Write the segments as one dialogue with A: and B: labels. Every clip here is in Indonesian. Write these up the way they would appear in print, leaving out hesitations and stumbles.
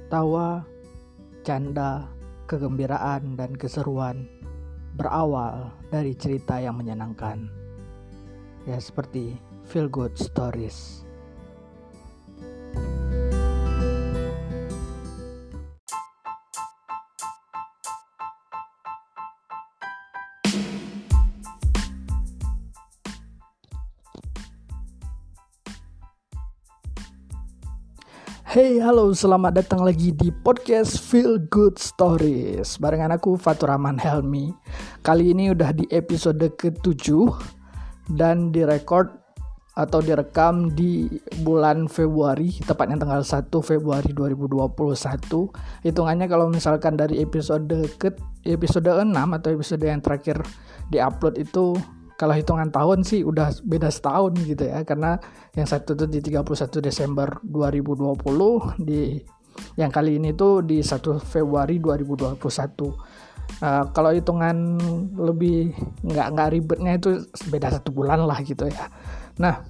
A: Tawa, canda, kegembiraan, dan keseruan berawal dari cerita yang menyenangkan. Ya, seperti feel good stories. Hey, halo, selamat datang lagi di podcast Feel Good Stories barengan aku Fatur Rahman Helmi. Kali ini udah di episode ke-7 dan direkam di bulan Februari, tepatnya tanggal 1 Februari 2021. Hitungannya kalau misalkan dari episode 6 atau episode yang terakhir diupload itu, kalau hitungan tahun sih udah beda setahun gitu ya, karena yang satu tuh di 31 Desember 2020, yang kali ini tuh di 1 Februari 2021. Kalau hitungan lebih nggak ribetnya itu beda 1 bulan lah gitu ya. Nah,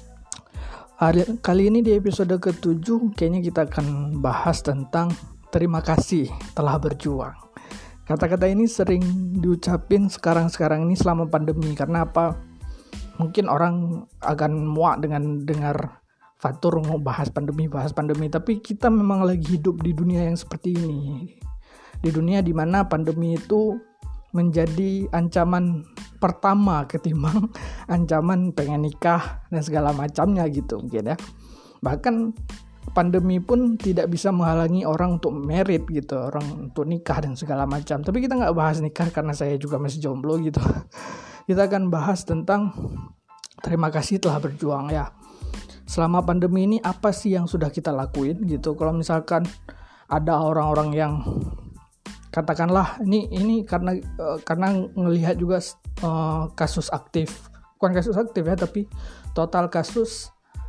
A: kali ini di episode ke-7 kayaknya kita akan bahas tentang terima kasih telah berjuang. Kata-kata ini sering diucapin sekarang ini selama pandemi. Karena apa? Mungkin orang akan muak dengan dengar Fatur bahas pandemi. Tapi kita memang lagi hidup di dunia yang seperti ini. Di dunia dimana pandemi itu menjadi ancaman pertama ketimbang ancaman pengen nikah dan segala macamnya gitu mungkin ya. Bahkan pandemi pun tidak bisa menghalangi orang untuk merit gitu, orang untuk nikah dan segala macam. Tapi kita nggak bahas nikah karena saya juga masih jomblo gitu. Kita akan bahas tentang terima kasih telah berjuang ya. Selama pandemi ini apa sih yang sudah kita lakuin gitu? Kalau misalkan ada orang-orang yang katakanlah ini karena ngelihat juga kasus aktif, bukan kasus aktif ya, tapi total kasus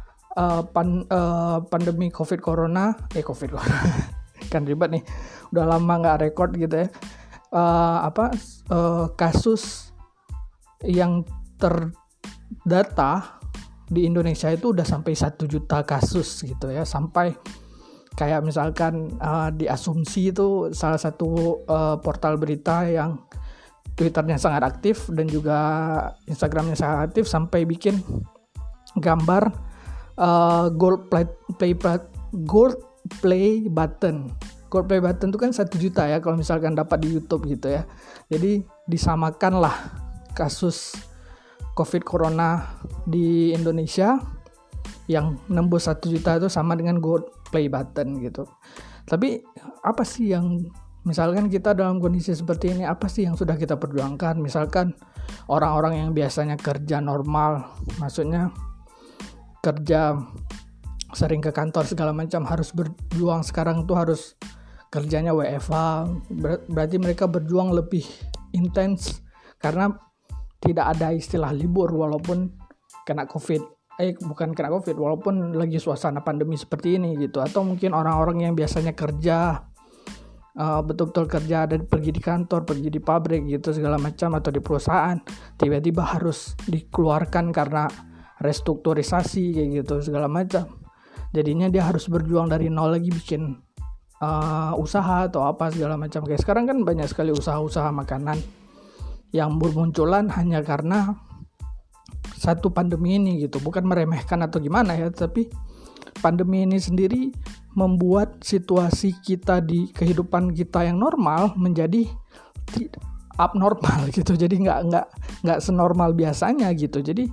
A: pandemi COVID corona kan ribet nih, udah lama nggak record gitu ya. Kasus yang terdata di Indonesia itu udah sampai 1 juta kasus gitu ya, sampai kayak misalkan diasumsi itu salah satu portal berita yang Twitternya sangat aktif dan juga Instagramnya sangat aktif sampai bikin gambar gold play button itu kan 1 juta ya kalau misalkan dapat di YouTube gitu ya. Jadi disamakanlah kasus COVID corona di Indonesia yang nembus 1 juta itu sama dengan gold play button gitu. Tapi apa sih yang, misalkan kita dalam kondisi seperti ini, apa sih yang sudah kita perjuangkan? Misalkan orang-orang yang biasanya kerja normal, maksudnya kerja sering ke kantor segala macam, harus berjuang sekarang tuh harus kerjanya WFH. Berarti mereka berjuang lebih intens karena tidak ada istilah libur walaupun walaupun lagi suasana pandemi seperti ini gitu. Atau mungkin orang-orang yang biasanya kerja betul-betul kerja, dan pergi di kantor, pergi di pabrik gitu segala macam, atau di perusahaan, tiba-tiba harus dikeluarkan karena restrukturisasi kayak gitu segala macam. Jadinya dia harus berjuang dari nol lagi, bikin usaha atau apa segala macam. Kayak sekarang kan banyak sekali usaha-usaha makanan yang bermunculan hanya karena satu pandemi ini gitu. Bukan meremehkan atau gimana ya, tapi pandemi ini sendiri membuat situasi kita di kehidupan kita yang normal menjadi abnormal gitu. Jadi nggak senormal biasanya gitu. Jadi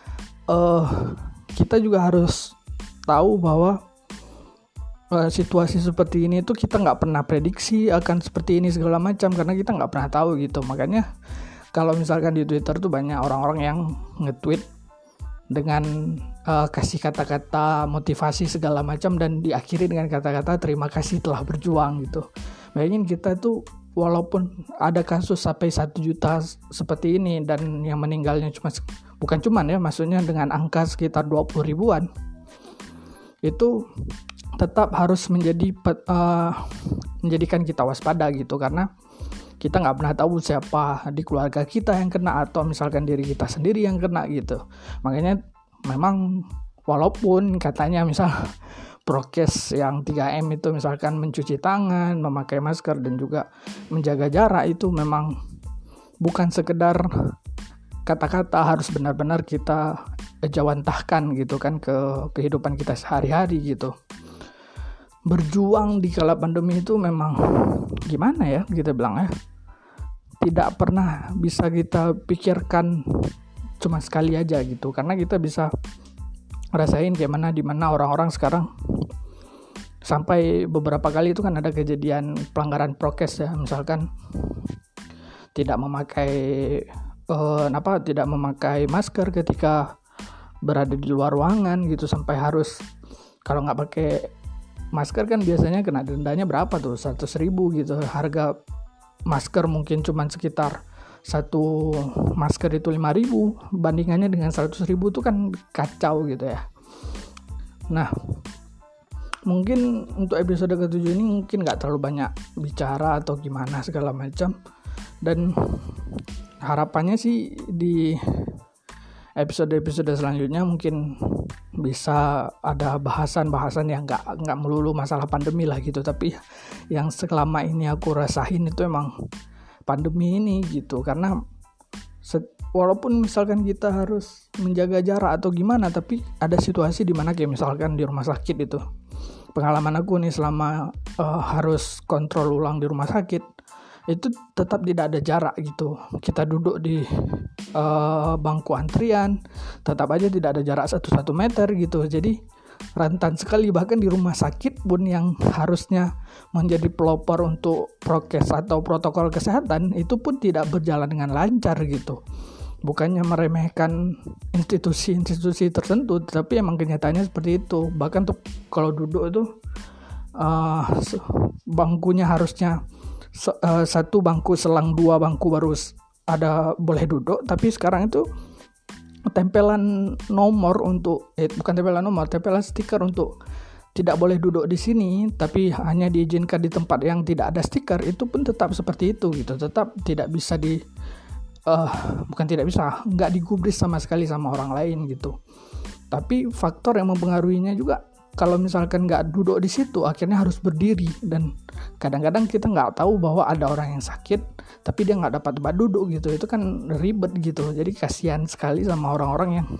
A: kita juga harus tahu bahwa situasi seperti ini tuh kita nggak pernah prediksi akan seperti ini segala macam, karena kita nggak pernah tahu gitu. Makanya kalau misalkan di Twitter tuh banyak orang-orang yang nge-tweet dengan kasih kata-kata motivasi segala macam dan diakhiri dengan kata-kata terima kasih telah berjuang gitu. Bayangin kita tuh walaupun ada kasus sampai 1 juta seperti ini dan yang meninggalnya maksudnya dengan angka sekitar 20 ribuan, itu tetap harus menjadikan kita waspada gitu, karena kita nggak pernah tahu siapa di keluarga kita yang kena, atau misalkan diri kita sendiri yang kena gitu. Makanya memang walaupun katanya misal prokes yang 3M itu, misalkan mencuci tangan, memakai masker, dan juga menjaga jarak, itu memang bukan sekedar kata-kata, harus benar-benar kita jawantahkan gitu kan ke kehidupan kita sehari-hari gitu. Berjuang di kala pandemi itu memang gimana ya kita bilang ya, tidak pernah bisa kita pikirkan cuma sekali aja gitu, karena kita bisa rasain kayak mana dimana orang-orang sekarang sampai beberapa kali itu kan ada kejadian pelanggaran prokes ya, misalkan tidak memakai masker ketika berada di luar ruangan gitu, sampai harus, kalau nggak pakai masker kan biasanya kena dendanya berapa tuh, 100.000 gitu. Harga masker mungkin cuman sekitar satu masker itu 5.000, bandingannya dengan 100.000 itu kan kacau gitu ya. Nah, mungkin untuk episode ke-7 ini mungkin gak terlalu banyak bicara atau gimana segala macam, dan harapannya sih di episode-episode selanjutnya mungkin bisa ada bahasan-bahasan yang nggak melulu masalah pandemi lah gitu, tapi yang selama ini aku rasain itu emang pandemi ini gitu. Karena walaupun misalkan kita harus menjaga jarak atau gimana, tapi ada situasi di mana kayak misalkan di rumah sakit itu, pengalaman aku nih selama harus kontrol ulang di rumah sakit, itu tetap tidak ada jarak gitu. Kita duduk di bangku antrian, tetap aja tidak ada jarak 1 meter gitu. Jadi rentan sekali, bahkan di rumah sakit pun yang harusnya menjadi pelopor untuk prokes atau protokol kesehatan, itu pun tidak berjalan dengan lancar gitu. Bukannya meremehkan institusi-institusi tertentu, tapi emang kenyataannya seperti itu. Bahkan tuh kalau duduk itu bangkunya harusnya satu bangku selang 2 bangku baru ada boleh duduk, tapi sekarang itu tempelan nomor untuk tempelan stiker untuk tidak boleh duduk di sini, tapi hanya diizinkan di tempat yang tidak ada stiker, itu pun tetap seperti itu gitu. Tetap tidak bisa nggak digubris sama sekali sama orang lain gitu. Tapi faktor yang mempengaruhinya juga, kalau misalkan nggak duduk di situ, akhirnya harus berdiri, dan kadang-kadang kita nggak tahu bahwa ada orang yang sakit, tapi dia nggak dapat tempat duduk gitu. Itu kan ribet gitu. Jadi kasihan sekali sama orang-orang yang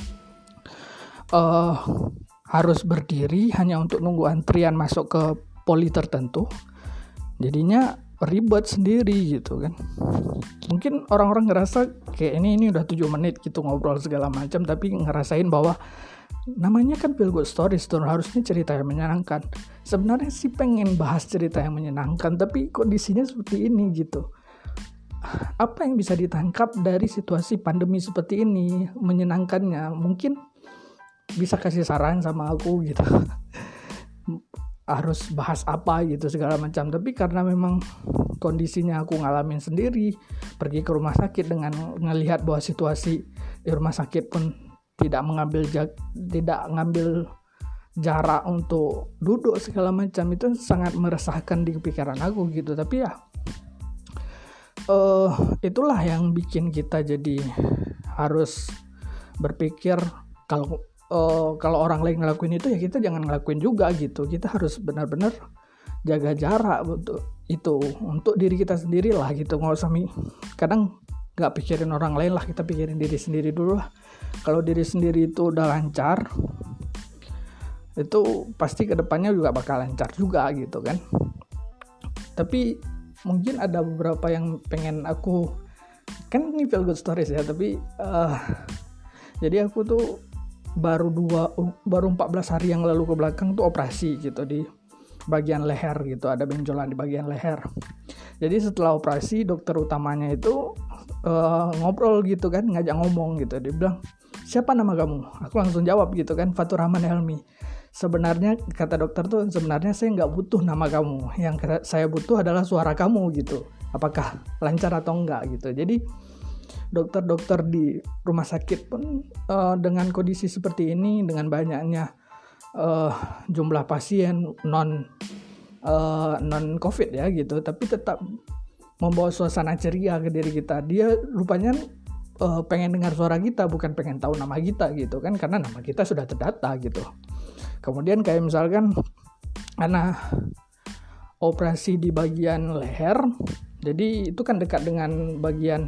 A: harus berdiri hanya untuk nunggu antrian masuk ke poli tertentu. Jadinya ribet sendiri gitu kan. Mungkin orang-orang ngerasa kayak ini udah 7 menit gitu ngobrol segala macam, tapi ngerasain bahwa namanya kan Feel Good Stories tuh, harusnya cerita yang menyenangkan. Sebenarnya sih pengen bahas cerita yang menyenangkan, tapi kondisinya seperti ini gitu. Apa yang bisa ditangkap dari situasi pandemi seperti ini menyenangkannya? Mungkin bisa kasih saran sama aku gitu. Harus bahas apa gitu segala macam. Tapi karena memang kondisinya aku ngalamin sendiri, pergi ke rumah sakit dengan ngelihat bahwa situasi di rumah sakit pun tidak ngambil jarak untuk duduk segala macam, itu sangat meresahkan di pikiran aku gitu. Tapi ya itulah yang bikin kita jadi harus berpikir kalau orang lain ngelakuin itu, ya kita jangan ngelakuin juga gitu. Kita harus benar-benar jaga jarak untuk diri kita sendiri lah gitu. Nggak usah kadang nggak pikirin orang lain lah, kita pikirin diri sendiri dulu lah. Kalau diri sendiri itu udah lancar, itu pasti kedepannya juga bakal lancar juga gitu kan. Tapi mungkin ada beberapa yang pengen aku, kan ini Feel Good Stories ya, tapi jadi aku tuh baru 14 hari yang lalu ke belakang tuh operasi gitu di bagian leher gitu, ada benjolan di bagian leher. Jadi setelah operasi, dokter utamanya itu ngobrol gitu kan, ngajak ngomong gitu. Dia bilang, siapa nama kamu? Aku langsung jawab gitu kan, Fatur Rahman Helmi. Sebenarnya kata dokter tuh, sebenarnya saya nggak butuh nama kamu, yang saya butuh adalah suara kamu gitu, apakah lancar atau enggak gitu. Jadi dokter-dokter di rumah sakit pun dengan kondisi seperti ini, dengan banyaknya jumlah pasien non COVID ya gitu, tapi tetap membawa suasana ceria ke diri kita. Dia rupanya pengen dengar suara kita, bukan pengen tahu nama kita gitu kan, karena nama kita sudah terdata gitu. Kemudian kayak misalkan karena operasi di bagian leher, jadi itu kan dekat dengan bagian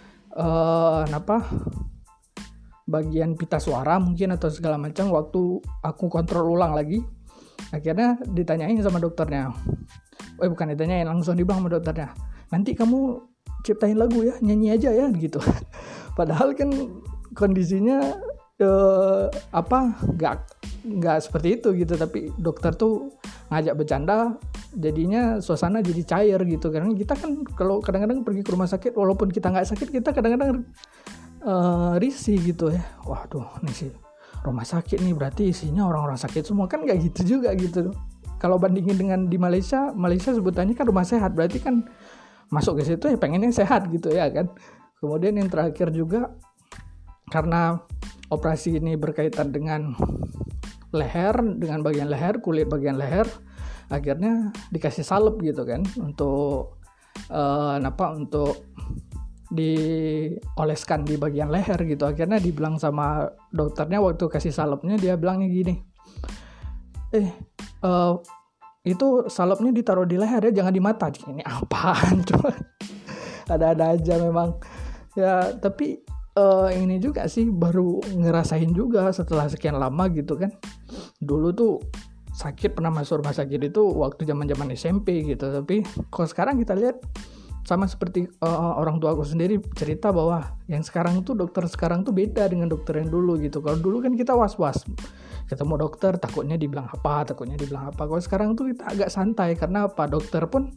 A: bagian pita suara mungkin atau segala macam. Waktu aku kontrol ulang lagi, akhirnya ditanyain sama dokternya, bukan ditanyain, langsung dibilang sama dokternya, nanti kamu ciptain lagu ya, nyanyi aja ya gitu. Padahal kan kondisinya nggak seperti itu gitu, tapi dokter tuh ngajak bercanda, jadinya suasana jadi cair gitu. Karena kita kan kalau kadang-kadang pergi ke rumah sakit, walaupun kita nggak sakit, kita kadang-kadang risih gitu ya. Waduh, nih sih rumah sakit nih berarti isinya orang-orang sakit semua, kan nggak gitu juga gitu. Kalau bandingin dengan di Malaysia sebutannya kan rumah sehat, berarti kan masuk ke situ ya pengennya sehat gitu ya kan. Kemudian yang terakhir juga, karena operasi ini berkaitan dengan leher, dengan bagian leher, kulit bagian leher, akhirnya dikasih salep gitu kan untuk untuk dioleskan di bagian leher gitu. Akhirnya dibilang sama dokternya waktu kasih salepnya, dia bilangnya gini, itu salepnya ditaruh di leher ya, jangan di mata. Ini apaan coba? Ada-ada aja memang ya. Tapi ini juga sih baru ngerasain juga setelah sekian lama gitu kan. Dulu tuh sakit, pernah masuk rumah sakit itu waktu zaman-zaman SMP gitu. Tapi kalau sekarang kita lihat, sama seperti orang tua aku sendiri cerita bahwa yang sekarang tuh, dokter sekarang tuh beda dengan dokter yang dulu gitu. Kalau dulu kan kita was-was ketemu dokter, takutnya dibilang apa. Kalau sekarang tuh kita agak santai, karena apa, dokter pun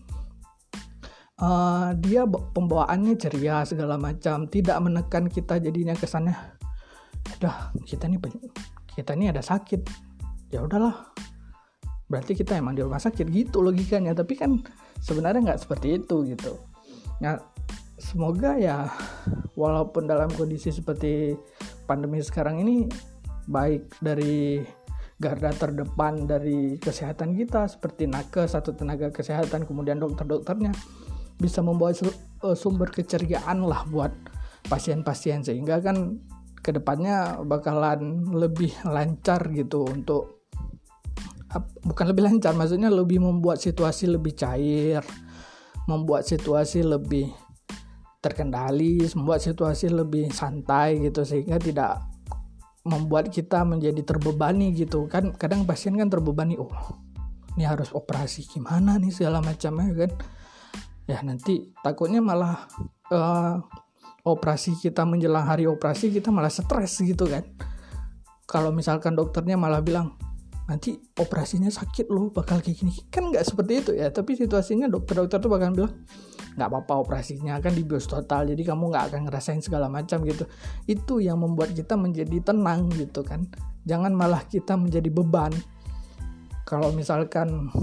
A: dia pembawaannya ceria segala macam, tidak menekan kita. Jadinya kesannya udah kita nih ada sakit, ya udahlah berarti kita emang di rumah sakit gitu logikanya. Tapi kan sebenarnya nggak seperti itu gitu. Nah, semoga ya walaupun dalam kondisi seperti pandemi sekarang ini, baik dari garda terdepan dari kesehatan kita seperti nakes atau tenaga kesehatan, kemudian dokter-dokternya, bisa membawa sumber keceriaan lah buat pasien-pasien, sehingga kan kedepannya bakalan lebih lancar gitu. Untuk bukan lebih lancar, maksudnya lebih membuat situasi lebih cair, membuat situasi lebih terkendali, membuat situasi lebih santai gitu, sehingga tidak membuat kita menjadi terbebani gitu kan. Kadang pasien kan terbebani, ini harus operasi gimana nih segala macamnya kan. Ya nanti takutnya malah operasi kita menjelang hari operasi kita malah stres gitu kan. Kalau misalkan dokternya malah bilang nanti operasinya sakit loh, bakal kayak gini, kan nggak seperti itu ya. Tapi situasinya dokter-dokter tuh bakal bilang nggak apa-apa, operasinya kan dibius total, jadi kamu nggak akan ngerasain segala macam gitu. Itu yang membuat kita menjadi tenang gitu kan. Jangan malah kita menjadi beban. Kalau misalkan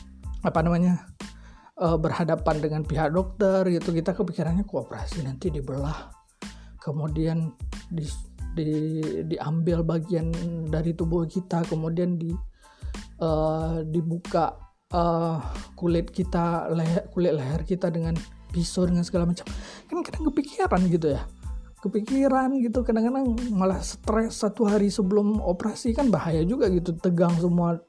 A: berhadapan dengan pihak dokter gitu, kita kepikirannya operasi nanti dibelah, kemudian diambil bagian dari tubuh kita, kemudian dibuka kulit leher kita dengan pisau dengan segala macam. Kan kadang kepikiran gitu, kadang-kadang malah stres 1 hari sebelum operasi, kan bahaya juga gitu, tegang semua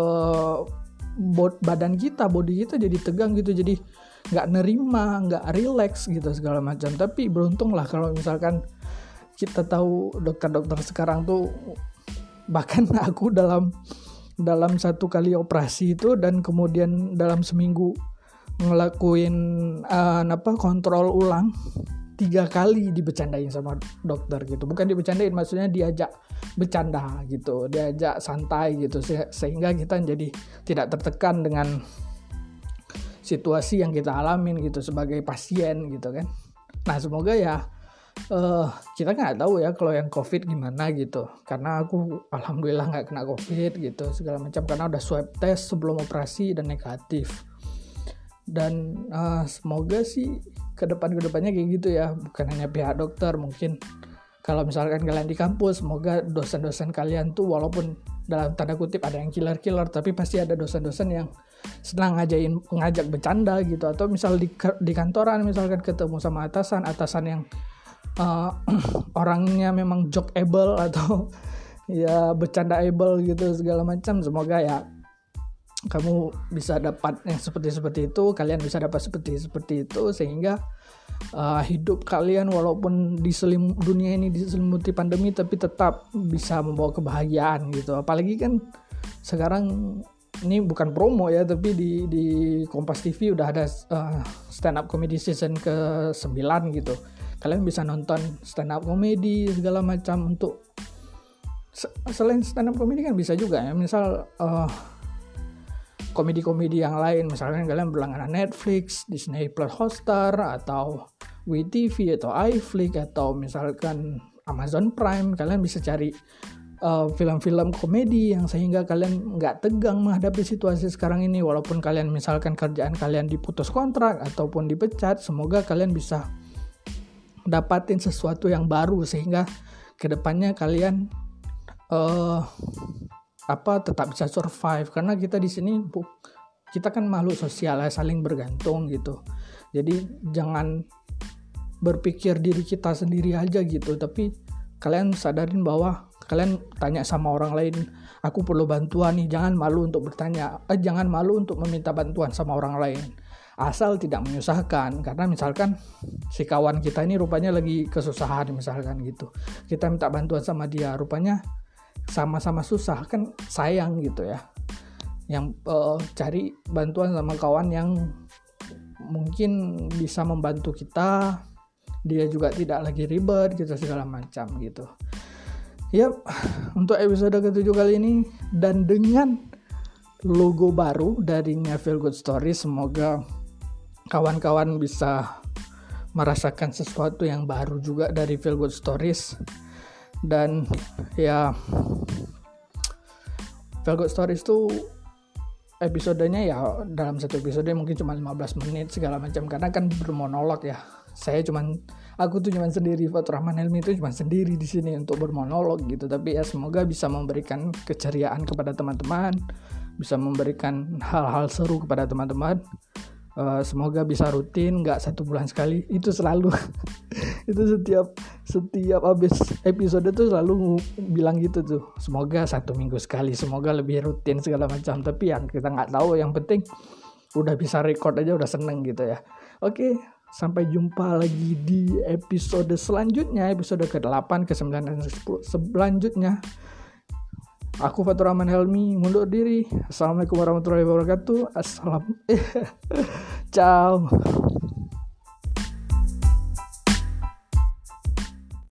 A: badan kita, body kita jadi tegang gitu, jadi nggak nerima, nggak relax gitu segala macam. Tapi beruntung lah kalau misalkan kita tahu dokter-dokter sekarang tuh, bahkan aku dalam 1 kali operasi itu, dan kemudian dalam seminggu ngelakuin kontrol ulang 3 kali dibecandain sama dokter gitu. Bukan dibecandain, maksudnya diajak bercanda gitu, diajak santai gitu, sehingga kita jadi tidak tertekan dengan situasi yang kita alamin gitu sebagai pasien gitu kan. Nah semoga ya kita nggak tahu ya kalau yang COVID gimana gitu, karena aku alhamdulillah nggak kena COVID gitu segala macam, karena udah swab test sebelum operasi dan negatif. Dan semoga sih kedepannya kayak gitu ya, bukan hanya pihak dokter. Mungkin kalau misalkan kalian di kampus, semoga dosen-dosen kalian tuh walaupun dalam tanda kutip ada yang killer-killer, tapi pasti ada dosen-dosen yang senang ngajak bercanda gitu. Atau misal di kantoran misalkan ketemu sama atasan yang orangnya memang jokeable atau ya bercandaable gitu segala macam. Semoga ya kamu bisa dapat yang seperti itu, kalian bisa dapat seperti itu, sehingga hidup kalian walaupun dunia ini diselimuti pandemi tapi tetap bisa membawa kebahagiaan gitu. Apalagi kan sekarang ini bukan promo ya, tapi di Kompas TV udah ada stand up comedy season ke-9 gitu. Kalian bisa nonton stand up comedy segala macam. Untuk selain stand up comedy kan bisa juga ya, misal komedi-komedi yang lain, misalkan kalian berlangganan Netflix, Disney Plus Hotstar, atau WeTV atau iFlix, atau misalkan Amazon Prime, kalian bisa cari film-film komedi yang sehingga kalian nggak tegang menghadapi situasi sekarang ini. Walaupun kalian misalkan kerjaan kalian diputus kontrak ataupun dipecat, semoga kalian bisa dapatin sesuatu yang baru sehingga kedepannya kalian tetap bisa survive. Karena kita di sini kita kan makhluk sosial ya, saling bergantung gitu. Jadi jangan berpikir diri kita sendiri aja gitu, tapi kalian sadarin bahwa kalian tanya sama orang lain, aku perlu bantuan nih. Jangan malu untuk bertanya, jangan malu untuk meminta bantuan sama orang lain, asal tidak menyusahkan. Karena misalkan si kawan kita ini rupanya lagi kesusahan misalkan gitu, kita minta bantuan sama dia, rupanya sama-sama susah, kan sayang gitu ya. Yang cari bantuan sama kawan yang mungkin bisa membantu kita, dia juga tidak lagi ribet gitu segala macam gitu. Yap, untuk episode ke-7 kali ini dan dengan logo baru dari Feel Good Story, semoga kawan-kawan bisa merasakan sesuatu yang baru juga dari Feel Good Stories. Dan ya, Feel Good Stories itu episodenya ya dalam satu episode mungkin cuma 15 menit segala macam, karena kan bermonolog ya. Aku tuh cuma sendiri, Fatur Rahman Helmi itu cuma sendiri di sini untuk bermonolog gitu. Tapi ya semoga bisa memberikan keceriaan kepada teman-teman, bisa memberikan hal-hal seru kepada teman-teman. Semoga bisa rutin, nggak 1 bulan sekali. Itu selalu itu setiap habis episode tuh selalu bilang gitu tuh, semoga 1 minggu sekali, semoga lebih rutin segala macam. Tapi yang kita nggak tahu, yang penting udah bisa record aja udah seneng gitu ya. Oke, sampai jumpa lagi di episode selanjutnya, episode ke-8, ke-9, dan 10 selanjutnya. Aku Fatur Rahman Helmi mundur diri. Assalamualaikum warahmatullahi wabarakatuh. Ciao.